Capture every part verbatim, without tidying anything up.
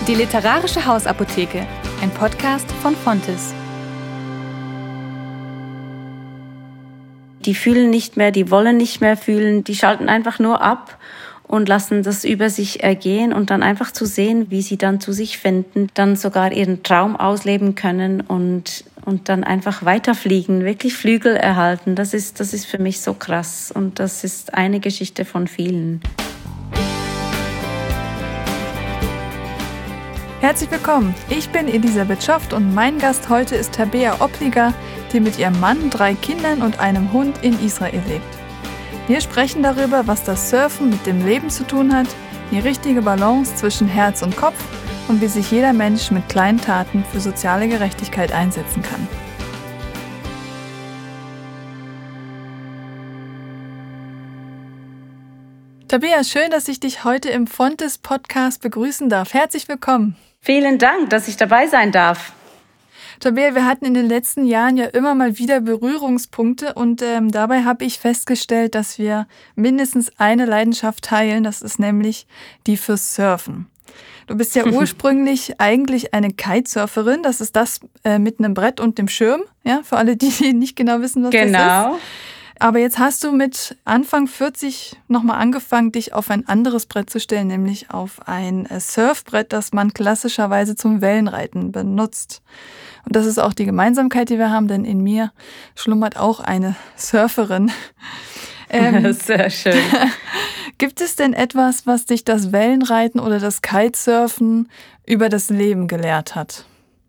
Die literarische Hausapotheke, ein Podcast von Fontys. Die fühlen nicht mehr, die wollen nicht mehr fühlen, die schalten einfach nur ab und lassen das über sich ergehen und dann einfach zu sehen, wie sie dann zu sich finden, dann sogar ihren Traum ausleben können und, und dann einfach weiterfliegen, wirklich Flügel erhalten. Das ist, das ist für mich so krass und das ist eine Geschichte von vielen. Herzlich willkommen, ich bin Elisabeth Schoft und mein Gast heute ist Tabea Opliger, die mit ihrem Mann, drei Kindern und einem Hund in Israel lebt. Wir sprechen darüber, was das Surfen mit dem Leben zu tun hat, die richtige Balance zwischen Herz und Kopf und wie sich jeder Mensch mit kleinen Taten für soziale Gerechtigkeit einsetzen kann. Tabea, schön, dass ich dich heute im Fontys Podcast begrüßen darf. Herzlich willkommen. Vielen Dank, dass ich dabei sein darf. Tabea, wir hatten in den letzten Jahren ja immer mal wieder Berührungspunkte und ähm, dabei habe ich festgestellt, dass wir mindestens eine Leidenschaft teilen, das ist nämlich die fürs Surfen. Du bist ja ursprünglich eigentlich eine Kitesurferin, das ist das äh, mit einem Brett und dem Schirm, ja, für alle, die nicht genau wissen, was genau. das ist. Aber jetzt hast du mit Anfang vierzig nochmal angefangen, dich auf ein anderes Brett zu stellen, nämlich auf ein Surfbrett, das man klassischerweise zum Wellenreiten benutzt. Und das ist auch die Gemeinsamkeit, die wir haben, denn in mir schlummert auch eine Surferin. Ähm, Sehr schön. Gibt es denn etwas, was dich das Wellenreiten oder das Kitesurfen über das Leben gelehrt hat?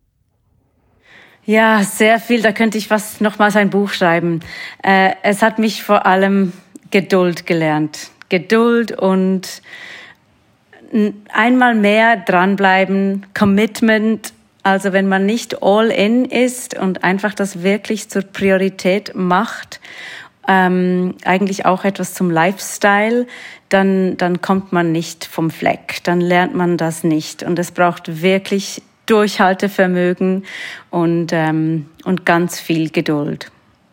Ja, sehr viel. Da könnte ich fast nochmals ein Buch schreiben. Äh, es hat mich vor allem Geduld gelernt. Geduld und einmal mehr dranbleiben, Commitment. Also wenn man nicht all in ist und einfach das wirklich zur Priorität macht, ähm, eigentlich auch etwas zum Lifestyle, dann, dann kommt man nicht vom Fleck. Dann lernt man das nicht. Und es braucht wirklich Durchhaltevermögen und, ähm, und ganz viel Geduld.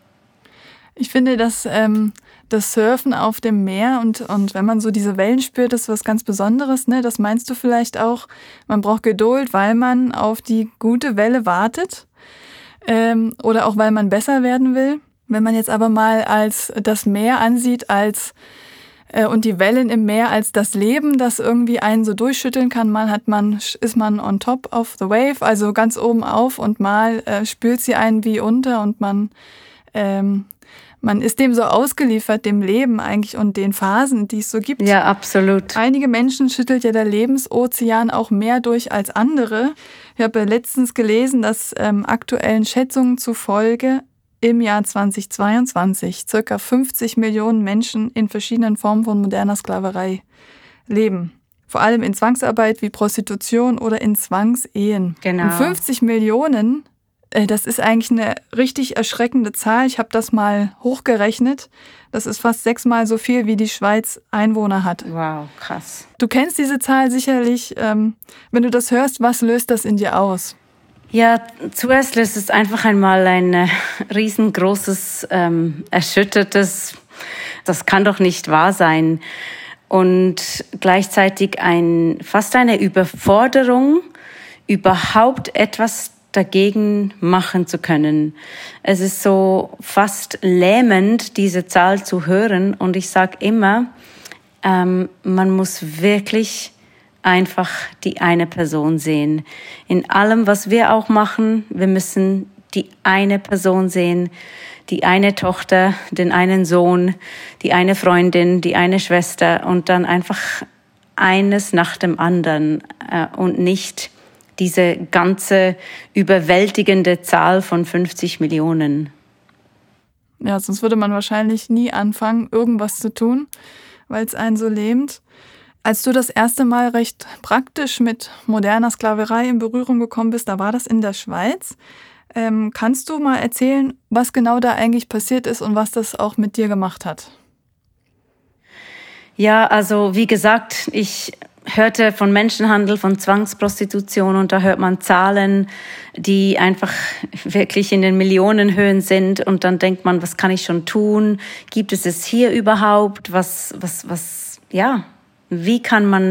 Ich finde, dass ähm, das Surfen auf dem Meer und, und wenn man so diese Wellen spürt, ist was ganz Besonderes, ne? Das meinst du vielleicht auch, man braucht Geduld, weil man auf die gute Welle wartet ähm, oder auch, weil man besser werden will. Wenn man jetzt aber mal als das Meer ansieht als und die Wellen im Meer als das Leben, das irgendwie einen so durchschütteln kann. Mal hat man, ist man on top of the wave, also ganz oben auf und mal äh, spült sie einen wie unter und man, ähm, man ist dem so ausgeliefert, dem Leben eigentlich und den Phasen, die es so gibt. Ja, absolut. Einige Menschen schüttelt ja der Lebensozean auch mehr durch als andere. Ich habe letztens gelesen, dass ähm, aktuellen Schätzungen zufolge im Jahr zweitausendzweiundzwanzig circa fünfzig Millionen Menschen in verschiedenen Formen von moderner Sklaverei leben. Vor allem in Zwangsarbeit wie Prostitution oder in Zwangsehen. Genau. Und fünfzig Millionen, äh, das ist eigentlich eine richtig erschreckende Zahl. Ich habe das mal hochgerechnet. Das ist fast sechsmal so viel, wie die Schweiz Einwohner hat. Wow, krass. Du kennst diese Zahl sicherlich. Ähm, wenn du das hörst, was löst das in dir aus? Ja, zuerst löst es einfach einmal ein äh, riesengroßes, ähm, erschüttertes, das kann doch nicht wahr sein. Und gleichzeitig ein, fast eine Überforderung, überhaupt etwas dagegen machen zu können. Es ist so fast lähmend, diese Zahl zu hören. Und ich sage immer, ähm, man muss wirklich einfach die eine Person sehen. In allem, was wir auch machen, wir müssen die eine Person sehen, die eine Tochter, den einen Sohn, die eine Freundin, die eine Schwester und dann einfach eines nach dem anderen äh, und nicht diese ganze überwältigende Zahl von fünfzig Millionen. Ja, sonst würde man wahrscheinlich nie anfangen, irgendwas zu tun, weil es einen so lähmt. Als du das erste Mal recht praktisch mit moderner Sklaverei in Berührung gekommen bist, da war das in der Schweiz. Ähm, kannst du mal erzählen, was genau da eigentlich passiert ist und was das auch mit dir gemacht hat? Ja, also wie gesagt, ich hörte von Menschenhandel, von Zwangsprostitution und da hört man Zahlen, die einfach wirklich in den Millionenhöhen sind und dann denkt man, was kann ich schon tun? Gibt es es hier überhaupt? Was, was, was, ja, wie kann man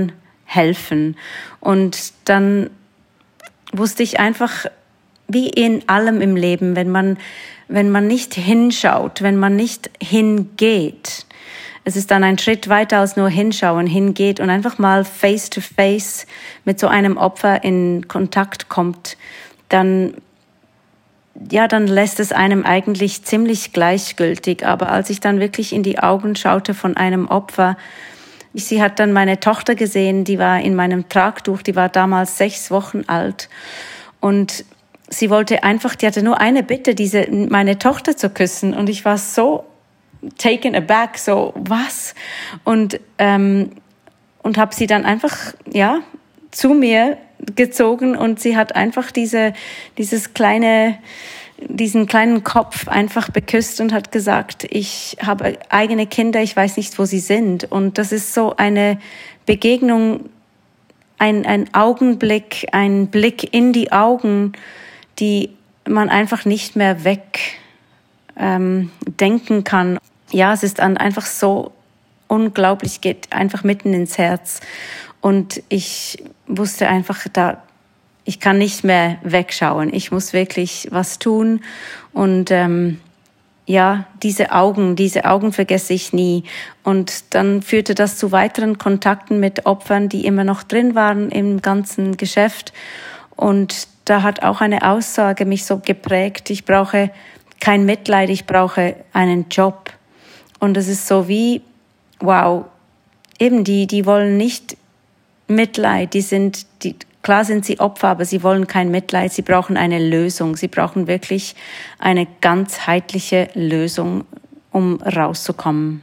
helfen. Und dann wusste ich einfach, wie in allem im Leben, wenn man, wenn man nicht hinschaut, wenn man nicht hingeht, es ist dann ein Schritt weiter als nur hinschauen, hingeht und einfach mal face to face mit so einem Opfer in Kontakt kommt, dann, ja, dann lässt es einem eigentlich ziemlich gleichgültig. Aber als ich dann wirklich in die Augen schaute von einem Opfer, sie hat dann meine Tochter gesehen, die war in meinem Tragtuch, die war damals sechs Wochen alt und sie wollte einfach, die hatte nur eine Bitte, diese, meine Tochter zu küssen und ich war so taken aback, so was? Und, ähm, und habe sie dann einfach, ja, zu mir gezogen und sie hat einfach diese, dieses kleine, diesen kleinen Kopf einfach beküsst und hat gesagt, ich habe eigene Kinder, ich weiß nicht, wo sie sind. Und das ist so eine Begegnung, ein, ein Augenblick, ein Blick in die Augen, die man einfach nicht mehr weg ähm, denken kann. Ja, es ist dann einfach so unglaublich, geht einfach mitten ins Herz. Und ich wusste einfach, da, ich kann nicht mehr wegschauen. Ich muss wirklich was tun. Und ähm, ja, diese Augen, diese Augen vergesse ich nie. Und dann führte das zu weiteren Kontakten mit Opfern, die immer noch drin waren im ganzen Geschäft. Und da hat auch eine Aussage mich so geprägt. Ich brauche kein Mitleid, ich brauche einen Job. Und es ist so wie, wow, eben die, die wollen nicht Mitleid, die sind, die, klar sind sie Opfer, aber sie wollen kein Mitleid, sie brauchen eine Lösung, sie brauchen wirklich eine ganzheitliche Lösung, um rauszukommen.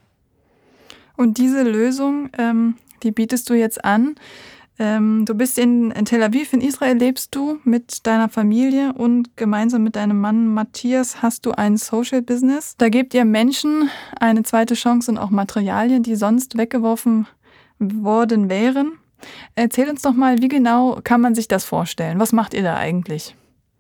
Und diese Lösung, ähm, die bietest du jetzt an. Ähm, du bist in, in Tel Aviv, in Israel lebst du mit deiner Familie und gemeinsam mit deinem Mann Matthias hast du ein Social Business. Da gebt ihr Menschen eine zweite Chance und auch Materialien, die sonst weggeworfen worden wären. Erzähl uns doch mal, wie genau kann man sich das vorstellen? Was macht ihr da eigentlich?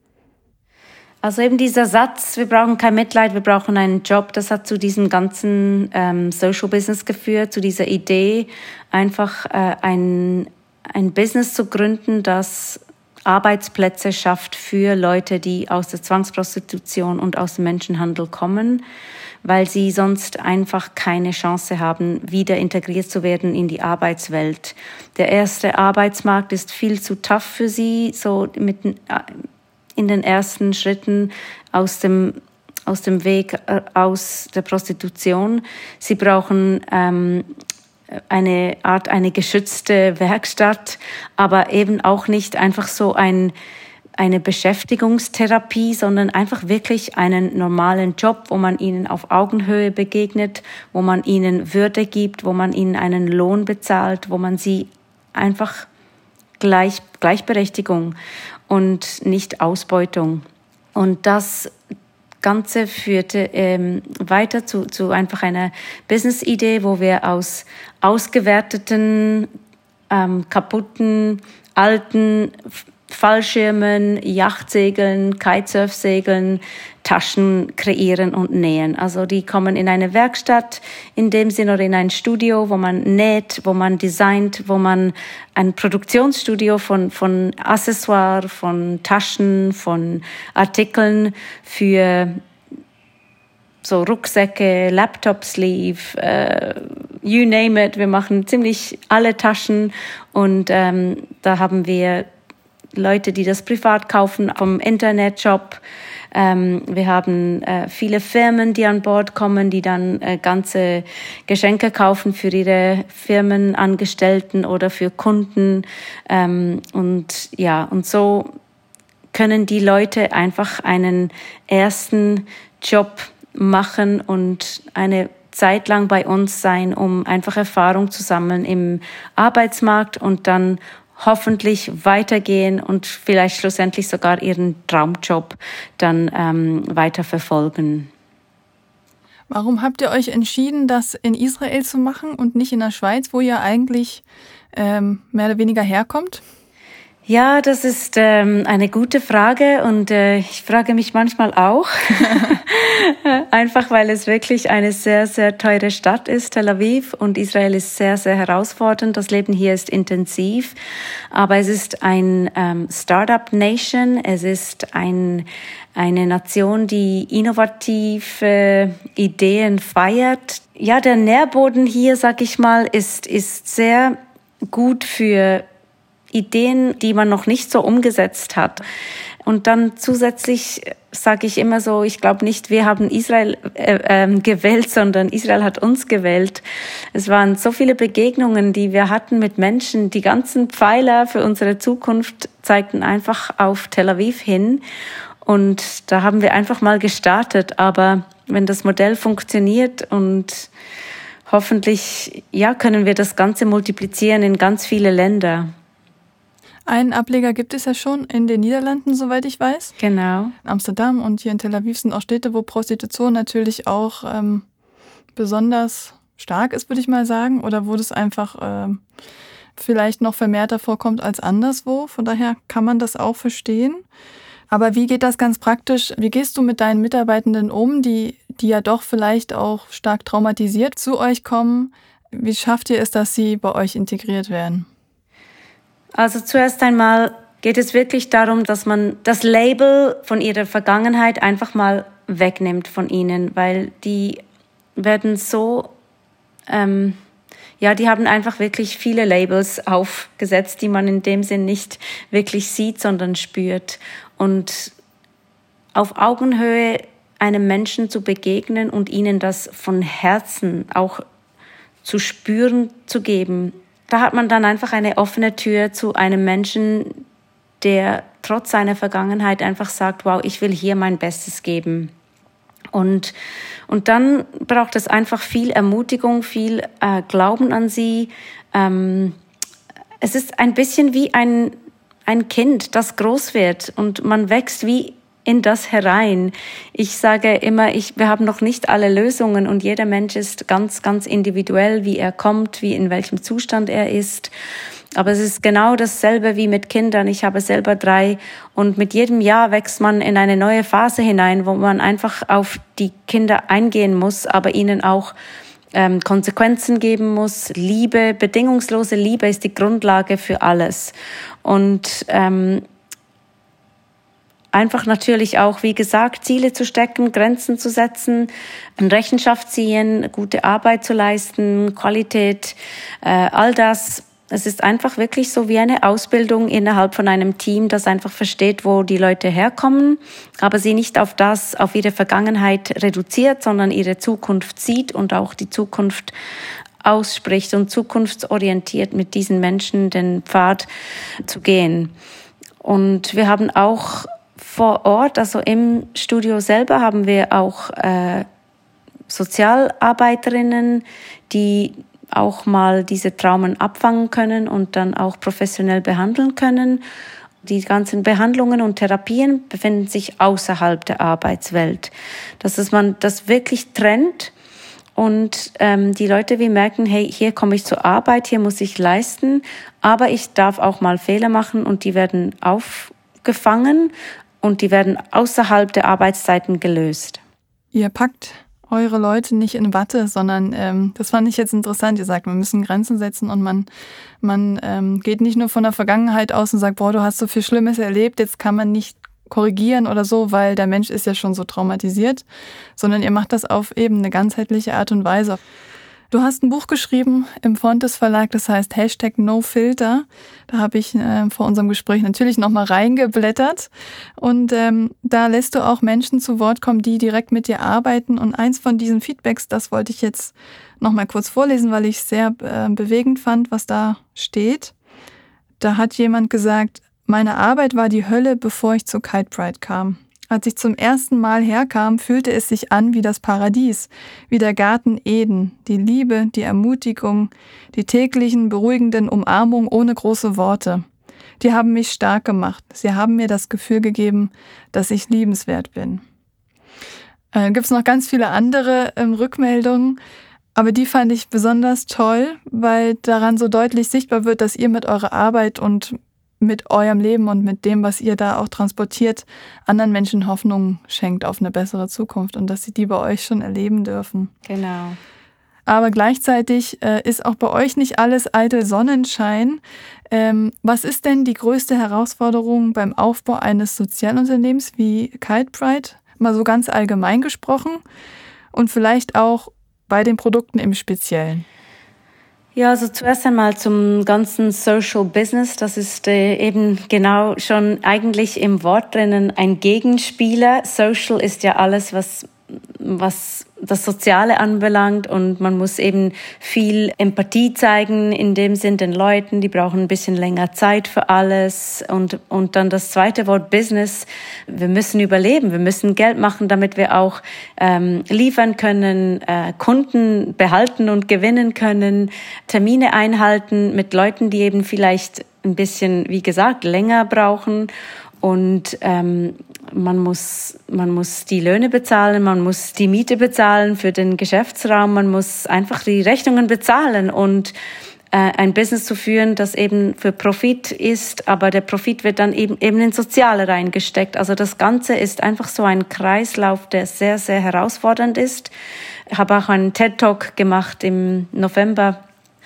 Also eben dieser Satz, wir brauchen kein Mitleid, wir brauchen einen Job, das hat zu diesem ganzen ähm, Social Business geführt, zu dieser Idee, einfach äh, ein ein Business zu gründen, das Arbeitsplätze schafft für Leute, die aus der Zwangsprostitution und aus dem Menschenhandel kommen, weil sie sonst einfach keine Chance haben, wieder integriert zu werden in die Arbeitswelt. Der erste Arbeitsmarkt ist viel zu tough für sie, so mit, in den ersten Schritten aus dem aus dem Weg aus der Prostitution. Sie brauchen ähm, eine Art, eine geschützte Werkstatt, aber eben auch nicht einfach so ein, eine Beschäftigungstherapie, sondern einfach wirklich einen normalen Job, wo man ihnen auf Augenhöhe begegnet, wo man ihnen Würde gibt, wo man ihnen einen Lohn bezahlt, wo man sie einfach gleich, Gleichberechtigung und nicht Ausbeutung. Und das Ganze führte ähm, weiter zu, zu einfach einer Business-Idee, wo wir aus ausgewerteten, ähm, kaputten, alten Fallschirmen, Yachtsegeln, Kitesurfsegeln, Taschen kreieren und nähen. Also die kommen in eine Werkstatt, in dem Sinne oder in ein Studio, wo man näht, wo man designt, wo man ein Produktionsstudio von, von Accessoires, von Taschen, von Artikeln für so Rucksäcke, Laptop-Sleeve, äh, you name it. Wir machen ziemlich alle Taschen und ähm, da haben wir Leute, die das privat kaufen vom Internetshop. Ähm, wir haben äh, viele Firmen, die an Bord kommen, die dann äh, ganze Geschenke kaufen für ihre Firmenangestellten oder für Kunden. Ähm, und ja, und so können die Leute einfach einen ersten Job machen und eine Zeit lang bei uns sein, um einfach Erfahrung zu sammeln im Arbeitsmarkt und dann hoffentlich weitergehen und vielleicht schlussendlich sogar ihren Traumjob dann ähm, weiter verfolgen. Warum habt ihr euch entschieden, das in Israel zu machen und nicht in der Schweiz, wo ihr eigentlich ähm, mehr oder weniger herkommt? Ja, das ist ähm, eine gute Frage und äh, ich frage mich manchmal auch, einfach weil es wirklich eine sehr, sehr teure Stadt ist, Tel Aviv, und Israel ist sehr, sehr herausfordernd. Das Leben hier ist intensiv, aber es ist ein ähm, Startup-Nation, es ist ein, eine Nation, die innovative Ideen feiert. Ja, der Nährboden hier, sag ich mal, ist, ist sehr gut für Ideen, die man noch nicht so umgesetzt hat. Und dann zusätzlich sage ich immer so, ich glaube nicht, wir haben Israel äh, äh, gewählt, sondern Israel hat uns gewählt. Es waren so viele Begegnungen, die wir hatten mit Menschen. Die ganzen Pfeiler für unsere Zukunft zeigten einfach auf Tel Aviv hin. Und da haben wir einfach mal gestartet. Aber wenn das Modell funktioniert und hoffentlich, ja, können wir das Ganze multiplizieren in ganz viele Länder. Einen Ableger gibt es ja schon in den Niederlanden, soweit ich weiß. Genau. Amsterdam und hier in Tel Aviv sind auch Städte, wo Prostitution natürlich auch ähm, besonders stark ist, würde ich mal sagen. Oder wo das einfach ähm, vielleicht noch vermehrter vorkommt als anderswo. Von daher kann man das auch verstehen. Aber wie geht das ganz praktisch? Wie gehst du mit deinen Mitarbeitenden um, die, die ja doch vielleicht auch stark traumatisiert zu euch kommen? Wie schafft ihr es, dass sie bei euch integriert werden? Also zuerst einmal geht es wirklich darum, dass man das Label von ihrer Vergangenheit einfach mal wegnimmt von ihnen, weil die werden so, ähm, ja, die haben einfach wirklich viele Labels aufgesetzt, die man in dem Sinn nicht wirklich sieht, sondern spürt. Und auf Augenhöhe einem Menschen zu begegnen und ihnen das von Herzen auch zu spüren zu geben, da hat man dann einfach eine offene Tür zu einem Menschen, der trotz seiner Vergangenheit einfach sagt, wow, ich will hier mein Bestes geben. Und, und dann braucht es einfach viel Ermutigung, viel äh, Glauben an sie. Ähm, es ist ein bisschen wie ein, ein Kind, das groß wird und man wächst wie in das herein. Ich sage immer, ich, wir haben noch nicht alle Lösungen und jeder Mensch ist ganz, ganz individuell, wie er kommt, wie in welchem Zustand er ist. Aber es ist genau dasselbe wie mit Kindern. Ich habe selber drei und mit jedem Jahr wächst man in eine neue Phase hinein, wo man einfach auf die Kinder eingehen muss, aber ihnen auch ähm, Konsequenzen geben muss. Liebe, bedingungslose Liebe ist die Grundlage für alles. Und ähm, einfach natürlich auch, wie gesagt, Ziele zu stecken, Grenzen zu setzen, Rechenschaft ziehen, gute Arbeit zu leisten, Qualität, äh, all das. Es ist einfach wirklich so wie eine Ausbildung innerhalb von einem Team, das einfach versteht, wo die Leute herkommen, aber sie nicht auf das, auf ihre Vergangenheit reduziert, sondern ihre Zukunft sieht und auch die Zukunft ausspricht und zukunftsorientiert mit diesen Menschen den Pfad zu gehen. Und wir haben auch vor Ort, also im Studio selber, haben wir auch äh, Sozialarbeiterinnen, die auch mal diese Traumen abfangen können und dann auch professionell behandeln können. Die ganzen Behandlungen und Therapien befinden sich außerhalb der Arbeitswelt. Dass es man das wirklich trennt und ähm, die Leute wie merken, hey, hier komme ich zur Arbeit, hier muss ich leisten, aber ich darf auch mal Fehler machen und die werden aufgefangen und die werden außerhalb der Arbeitszeiten gelöst. Ihr packt eure Leute nicht in Watte, sondern ähm, das fand ich jetzt interessant. Ihr sagt, wir müssen Grenzen setzen und man, man ähm, geht nicht nur von der Vergangenheit aus und sagt, boah, du hast so viel Schlimmes erlebt, jetzt kann man nicht korrigieren oder so, weil der Mensch ist ja schon so traumatisiert, sondern ihr macht das auf eben eine ganzheitliche Art und Weise. Du hast ein Buch geschrieben im Fontes Verlag, das heißt Hashtag NoFilter. Da habe ich äh, vor unserem Gespräch natürlich nochmal reingeblättert. Und ähm, da lässt du auch Menschen zu Wort kommen, die direkt mit dir arbeiten. Und eins von diesen Feedbacks, das wollte ich jetzt nochmal kurz vorlesen, weil ich es sehr äh, bewegend fand, was da steht. Da hat jemand gesagt, meine Arbeit war die Hölle, bevor ich zur Kite Pride kam. Als ich zum ersten Mal herkam, fühlte es sich an wie das Paradies, wie der Garten Eden, die Liebe, die Ermutigung, die täglichen beruhigenden Umarmungen ohne große Worte. Die haben mich stark gemacht. Sie haben mir das Gefühl gegeben, dass ich liebenswert bin. Äh, gibt's noch ganz viele andere ähm, Rückmeldungen, aber die fand ich besonders toll, weil daran so deutlich sichtbar wird, dass ihr mit eurer Arbeit und mit eurem Leben und mit dem, was ihr da auch transportiert, anderen Menschen Hoffnung schenkt auf eine bessere Zukunft und dass sie die bei euch schon erleben dürfen. Genau. Aber gleichzeitig äh, ist auch bei euch nicht alles eitel Sonnenschein. Ähm, was ist denn die größte Herausforderung beim Aufbau eines Sozialunternehmens wie Kitepride? Mal so ganz allgemein gesprochen und vielleicht auch bei den Produkten im Speziellen. Ja, also zuerst einmal zum ganzen Social Business. Das ist äh, eben genau schon eigentlich im Wort drinnen ein Gegenspieler. Social ist ja alles, was was das Soziale anbelangt, und man muss eben viel Empathie zeigen in dem Sinn den Leuten, die brauchen ein bisschen länger Zeit für alles, und und dann das zweite Wort Business, wir müssen überleben, wir müssen Geld machen, damit wir auch ähm, liefern können, äh, Kunden behalten und gewinnen können, Termine einhalten mit Leuten, die eben vielleicht ein bisschen, wie gesagt, länger brauchen. Und ähm, man muss man muss die Löhne bezahlen, man muss die Miete bezahlen für den Geschäftsraum, man muss einfach die Rechnungen bezahlen und äh, ein Business zu führen, das eben für Profit ist, aber der Profit wird dann eben eben ins Soziale reingesteckt. Also das Ganze ist einfach so ein Kreislauf, der sehr, sehr herausfordernd ist. Ich habe auch einen TED-Talk gemacht im November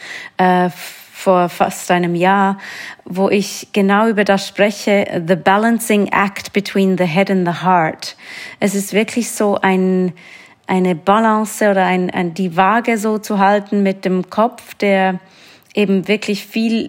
äh, vor fast einem Jahr, wo ich genau über das spreche, the balancing act between the head and the heart. Es ist wirklich so ein, eine Balance oder ein, ein, die Waage so zu halten mit dem Kopf, der eben wirklich viel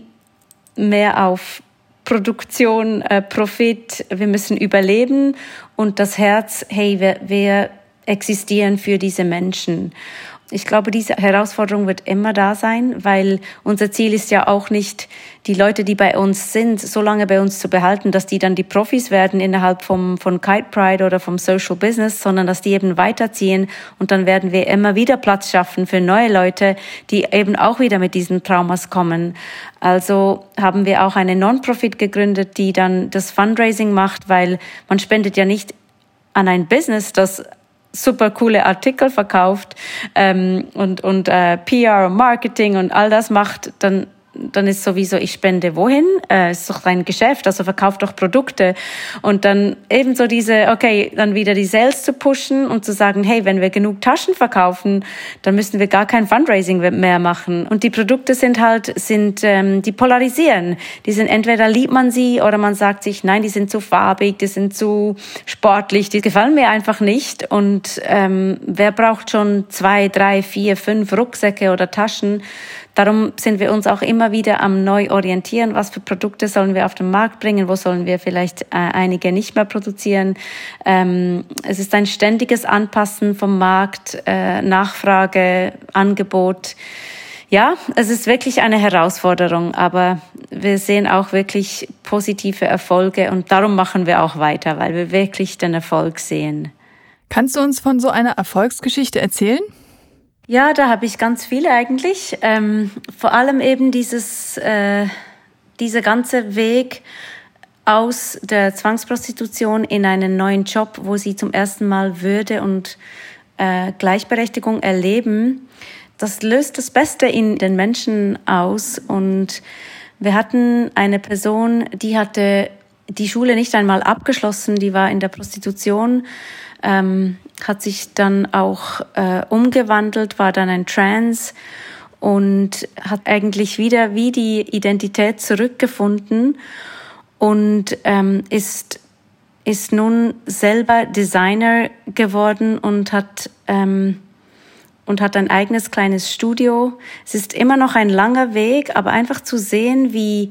mehr auf Produktion, äh, Profit, wir müssen überleben, und das Herz, hey, wir, wir existieren für diese Menschen. Ich glaube, diese Herausforderung wird immer da sein, weil unser Ziel ist ja auch nicht, die Leute, die bei uns sind, so lange bei uns zu behalten, dass die dann die Profis werden innerhalb vom, von Kitepride oder vom Social Business, sondern dass die eben weiterziehen, und dann werden wir immer wieder Platz schaffen für neue Leute, die eben auch wieder mit diesen Traumas kommen. Also haben wir auch eine Non-Profit gegründet, die dann das Fundraising macht, weil man spendet ja nicht an ein Business, das super coole Artikel verkauft ähm, und und äh, P R und Marketing und all das macht, dann dann ist sowieso, ich spende wohin? Äh, ist doch dein Geschäft, also verkauf doch Produkte. Und dann ebenso diese, okay, dann wieder die Sales zu pushen und zu sagen, hey, wenn wir genug Taschen verkaufen, dann müssen wir gar kein Fundraising mehr machen. Und die Produkte sind halt, sind, ähm, die polarisieren. Die sind, entweder liebt man sie oder man sagt sich, nein, die sind zu farbig, die sind zu sportlich, die gefallen mir einfach nicht. Und ähm, wer braucht schon zwei, drei, vier, fünf Rucksäcke oder Taschen? Darum sind wir uns auch immer wieder am neu orientieren, was für Produkte sollen wir auf den Markt bringen, wo sollen wir vielleicht äh, einige nicht mehr produzieren. Ähm, es ist ein ständiges Anpassen vom Markt, äh, Nachfrage, Angebot. Ja, es ist wirklich eine Herausforderung, aber wir sehen auch wirklich positive Erfolge, und darum machen wir auch weiter, weil wir wirklich den Erfolg sehen. Kannst du uns von so einer Erfolgsgeschichte erzählen? Ja, da habe ich ganz viele eigentlich. Ähm, vor allem eben dieses, äh, dieser ganze Weg aus der Zwangsprostitution in einen neuen Job, wo sie zum ersten Mal Würde und äh, Gleichberechtigung erleben. Das löst das Beste in den Menschen aus. Und wir hatten eine Person, die hatte die Schule nicht einmal abgeschlossen, die war in der Prostitution, ähm, hat sich dann auch äh, umgewandelt, war dann ein Trans und hat eigentlich wieder wie die Identität zurückgefunden und ähm, ist ist nun selber Designer geworden und hat ähm, und hat ein eigenes kleines Studio. Es ist immer noch ein langer Weg, aber einfach zu sehen, wie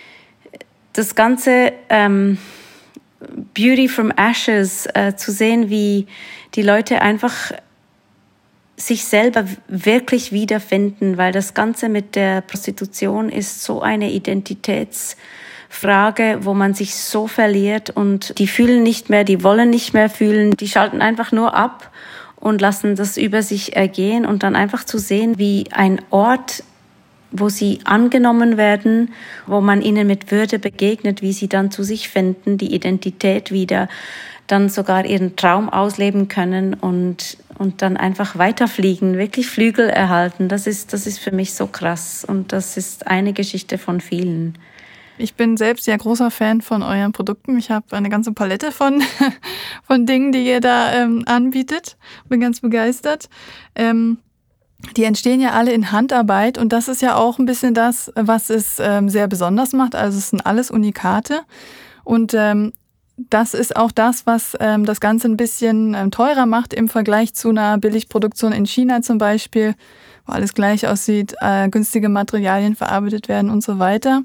das ganze ähm, Beauty from Ashes, äh, zu sehen, wie die Leute einfach sich selber wirklich wiederfinden, weil das Ganze mit der Prostitution ist so eine Identitätsfrage, wo man sich so verliert, und die fühlen nicht mehr, die wollen nicht mehr fühlen, die schalten einfach nur ab und lassen das über sich ergehen, und dann einfach zu sehen, wie ein Ort, wo sie angenommen werden, wo man ihnen mit Würde begegnet, wie sie dann zu sich finden, die Identität wieder, dann sogar ihren Traum ausleben können und und dann einfach weiterfliegen, wirklich Flügel erhalten. Das ist das ist für mich so krass, und das ist eine Geschichte von vielen. Ich bin selbst ja großer Fan von euren Produkten. Ich habe eine ganze Palette von, von Dingen, die ihr da ähm, anbietet. Bin ganz begeistert. Ähm, die entstehen ja alle in Handarbeit und das ist ja auch ein bisschen das, was es ähm, sehr besonders macht. Also es sind alles Unikate und ähm, das ist auch das, was ähm, das Ganze ein bisschen ähm, teurer macht im Vergleich zu einer Billigproduktion in China zum Beispiel, wo alles gleich aussieht, äh, günstige Materialien verarbeitet werden und so weiter.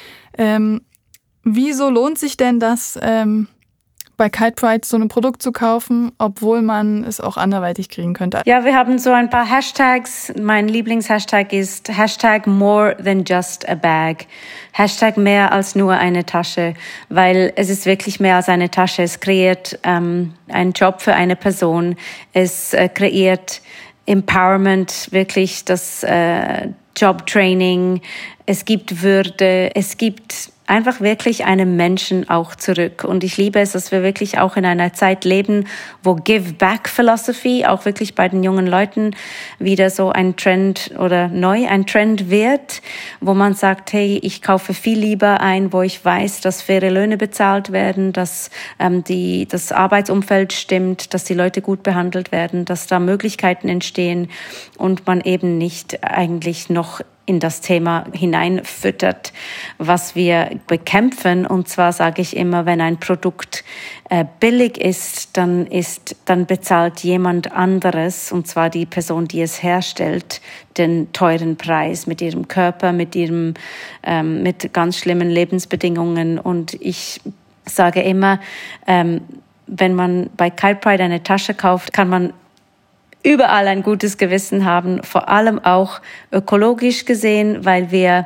Ähm, wieso lohnt sich denn das, ähm, bei Kite-Pride so ein Produkt zu kaufen, obwohl man es auch anderweitig kriegen könnte? Ja, wir haben so ein paar Hashtags. Mein Lieblingshashtag ist Hashtag more than just a bag. Hashtag mehr als nur eine Tasche, weil es ist wirklich mehr als eine Tasche. Es kreiert ähm, einen Job für eine Person. Es äh, kreiert Empowerment, wirklich das äh, Jobtraining. Es gibt Würde. Es gibt einfach wirklich einem Menschen auch zurück. Und ich liebe es, dass wir wirklich auch in einer Zeit leben, wo Give-Back-Philosophy auch wirklich bei den jungen Leuten wieder so ein Trend oder neu ein Trend wird, wo man sagt, hey, ich kaufe viel lieber ein, wo ich weiß, dass faire Löhne bezahlt werden, dass ähm, die, das Arbeitsumfeld stimmt, dass die Leute gut behandelt werden, dass da Möglichkeiten entstehen und man eben nicht eigentlich noch in das Thema hineinfüttert, was wir bekämpfen. Und zwar sage ich immer, wenn ein Produkt äh, billig ist, dann ist, dann bezahlt jemand anderes, und zwar die Person, die es herstellt, den teuren Preis mit ihrem Körper, mit ihrem, ähm, mit ganz schlimmen Lebensbedingungen. Und ich sage immer, ähm, wenn man bei Kite-Pride eine Tasche kauft, kann man überall ein gutes Gewissen haben, vor allem auch ökologisch gesehen, weil wir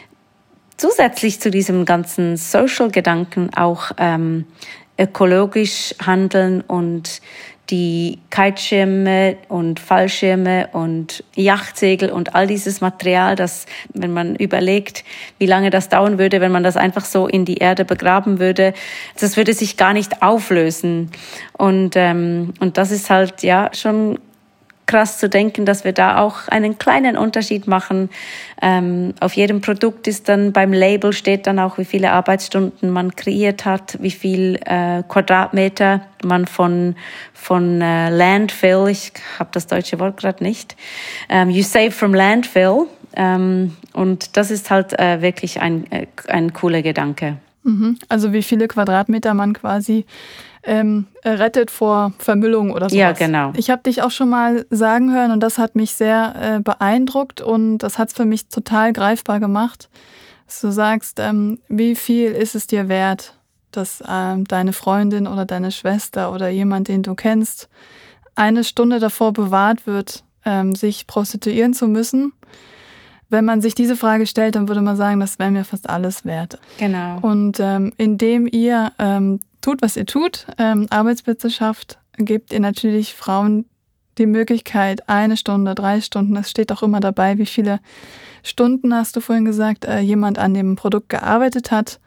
zusätzlich zu diesem ganzen Social-Gedanken auch ähm, ökologisch handeln und die Kiteschirme und Fallschirme und Yachtsegel und all dieses Material, das, wenn man überlegt, wie lange das dauern würde, wenn man das einfach so in die Erde begraben würde, das würde sich gar nicht auflösen. Und, ähm, und das ist halt ja schon krass zu denken, dass wir da auch einen kleinen Unterschied machen. Ähm, auf jedem Produkt ist dann beim Label steht dann auch, wie viele Arbeitsstunden man kreiert hat, wie viel äh, Quadratmeter man von von äh, Landfill, ich habe das deutsche Wort gerade nicht, ähm, you save from landfill. Ähm, und das ist halt äh, wirklich ein äh, ein cooler Gedanke. Mhm. Also wie viele Quadratmeter man quasi Ähm, rettet vor Vermüllung oder sowas. Ja, genau. Ich habe dich auch schon mal sagen hören und das hat mich sehr äh, beeindruckt und das hat es für mich total greifbar gemacht, dass du sagst, ähm, wie viel ist es dir wert, dass ähm, deine Freundin oder deine Schwester oder jemand, den du kennst, eine Stunde davor bewahrt wird, ähm, sich prostituieren zu müssen. Wenn man sich diese Frage stellt, dann würde man sagen, das wäre mir fast alles wert. Genau. Und ähm, indem ihr ähm, tut, was ihr tut, ähm, Arbeitsplätze schafft, gebt ihr natürlich Frauen die Möglichkeit, eine Stunde, drei Stunden, es steht auch immer dabei, wie viele Stunden, hast du vorhin gesagt, äh, jemand an dem Produkt gearbeitet hat.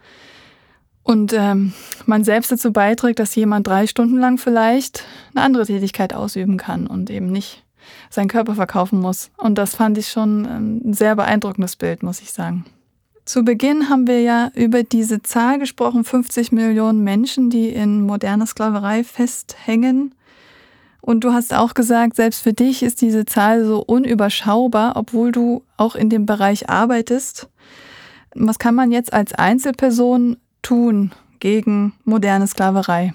Und ähm, man selbst dazu beiträgt, dass jemand drei Stunden lang vielleicht eine andere Tätigkeit ausüben kann und eben nicht seinen Körper verkaufen muss. Und das fand ich schon ein sehr beeindruckendes Bild, muss ich sagen. Zu Beginn haben wir ja über diese Zahl gesprochen, fünfzig Millionen Menschen, die in moderner Sklaverei festhängen. Und du hast auch gesagt, selbst für dich ist diese Zahl so unüberschaubar, obwohl du auch in dem Bereich arbeitest. Was kann man jetzt als Einzelperson tun gegen moderne Sklaverei?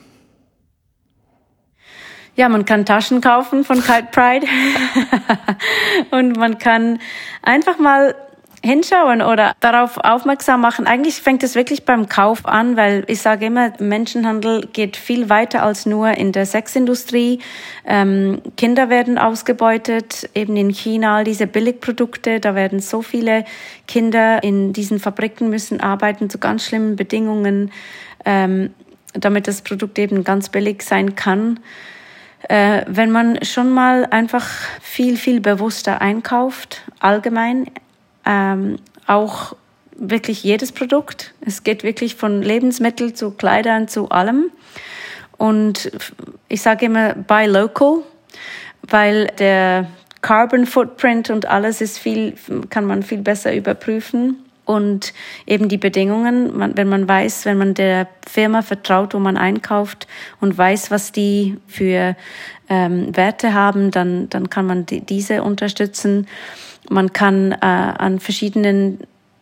Ja, man kann Taschen kaufen von Kite-Pride und man kann einfach mal hinschauen oder darauf aufmerksam machen. Eigentlich fängt es wirklich beim Kauf an, weil ich sage immer, Menschenhandel geht viel weiter als nur in der Sexindustrie. Ähm, Kinder werden ausgebeutet, eben in China, all diese Billigprodukte, da werden so viele Kinder in diesen Fabriken müssen arbeiten zu ganz schlimmen Bedingungen, ähm, damit das Produkt eben ganz billig sein kann. Äh, wenn man schon mal einfach viel, viel bewusster einkauft, allgemein, Ähm, auch wirklich jedes Produkt. Es geht wirklich von Lebensmitteln zu Kleidern zu allem. Und ich sage immer, buy local, weil der Carbon Footprint und alles ist viel, kann man viel besser überprüfen. Und eben die Bedingungen, man, wenn man weiß, wenn man der Firma vertraut, wo man einkauft und weiß, was die für ähm, Werte haben, dann, dann kann man die, diese unterstützen. Man kann äh, an verschiedenen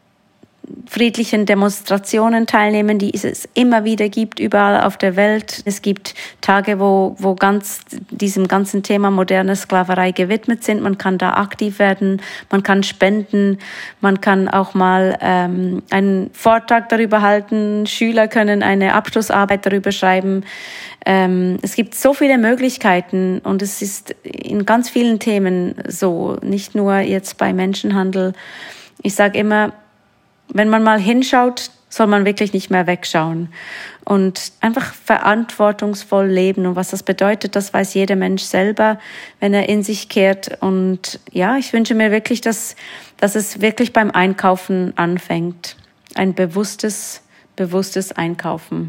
friedlichen Demonstrationen teilnehmen, die es immer wieder gibt, überall auf der Welt. Es gibt Tage, wo, wo ganz diesem ganzen Thema moderne Sklaverei gewidmet sind. Man kann da aktiv werden, man kann spenden, man kann auch mal ähm, einen Vortrag darüber halten, Schüler können eine Abschlussarbeit darüber schreiben. Ähm, es gibt so viele Möglichkeiten und es ist in ganz vielen Themen so, nicht nur jetzt bei Menschenhandel. Ich sage immer, wenn man mal hinschaut, soll man wirklich nicht mehr wegschauen und einfach verantwortungsvoll leben. Und was das bedeutet, das weiß jeder Mensch selber, wenn er in sich kehrt. Und ja, ich wünsche mir wirklich, dass, dass es wirklich beim Einkaufen anfängt. Ein bewusstes, bewusstes Einkaufen.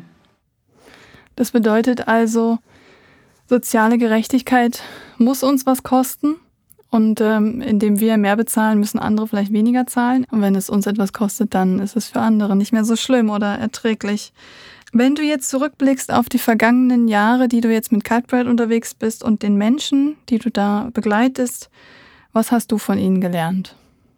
Das bedeutet also, soziale Gerechtigkeit muss uns was kosten. Und ähm, indem wir mehr bezahlen, müssen andere vielleicht weniger zahlen. Und wenn es uns etwas kostet, dann ist es für andere nicht mehr so schlimm oder erträglich. Wenn du jetzt zurückblickst auf die vergangenen Jahre, die du jetzt mit Kite-Pride unterwegs bist und den Menschen, die du da begleitest, was hast du von ihnen gelernt?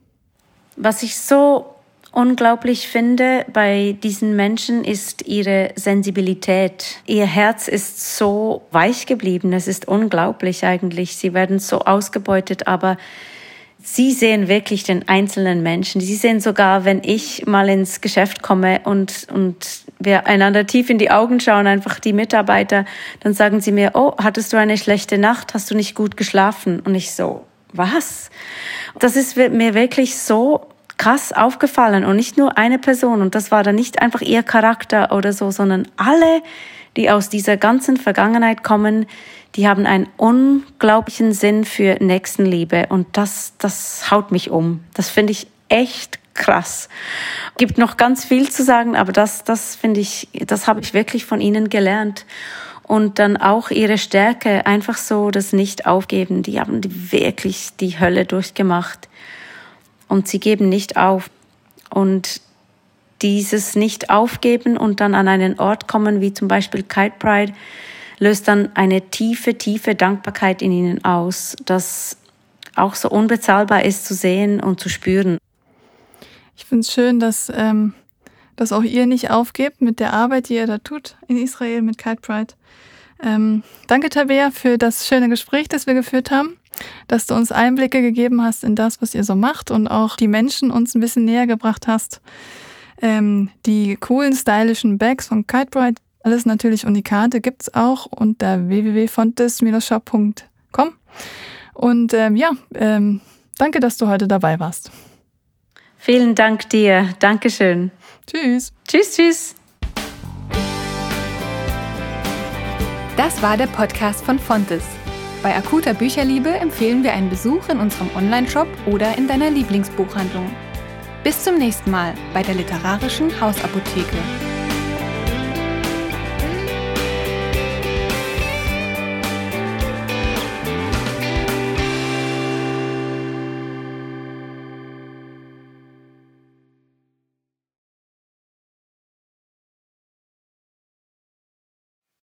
Was ich so unglaublich finde bei diesen Menschen ist ihre Sensibilität. Ihr Herz ist so weich geblieben. Es ist unglaublich eigentlich. Sie werden so ausgebeutet, aber sie sehen wirklich den einzelnen Menschen. Sie sehen sogar, wenn ich mal ins Geschäft komme und, und wir einander tief in die Augen schauen, einfach die Mitarbeiter, dann sagen sie mir, oh, hattest du eine schlechte Nacht? Hast du nicht gut geschlafen? Und ich so, was? Das ist mir wirklich so krass aufgefallen und nicht nur eine Person. Und das war dann nicht einfach ihr Charakter oder so, sondern alle, die aus dieser ganzen Vergangenheit kommen, die haben einen unglaublichen Sinn für Nächstenliebe. Und das, das haut mich um. Das finde ich echt krass. Gibt noch ganz viel zu sagen, aber das, das finde ich, das habe ich wirklich von ihnen gelernt. Und dann auch ihre Stärke, einfach so das Nicht-Aufgeben. Die haben die wirklich die Hölle durchgemacht. Und sie geben nicht auf. Und dieses Nicht-Aufgeben und dann an einen Ort kommen, wie zum Beispiel Kite-Pride, löst dann eine tiefe, tiefe Dankbarkeit in ihnen aus, das auch so unbezahlbar ist zu sehen und zu spüren. Ich finde es schön, dass, ähm, dass auch ihr nicht aufgebt mit der Arbeit, die ihr da tut in Israel mit Kite-Pride. Ähm, danke, Tabea, für das schöne Gespräch, das wir geführt haben. Dass du uns Einblicke gegeben hast in das, was ihr so macht und auch die Menschen uns ein bisschen näher gebracht hast. Ähm, die coolen, stylischen Bags von Kite-Pride, alles natürlich Unikate, gibt's auch unter w w w punkt fontes shop punkt com. Und ähm, ja, ähm, danke, dass du heute dabei warst. Vielen Dank dir. Dankeschön. Tschüss. Tschüss, tschüss. Das war der Podcast von Fontes. Bei akuter Bücherliebe empfehlen wir einen Besuch in unserem Onlineshop oder in deiner Lieblingsbuchhandlung. Bis zum nächsten Mal bei der literarischen Hausapotheke.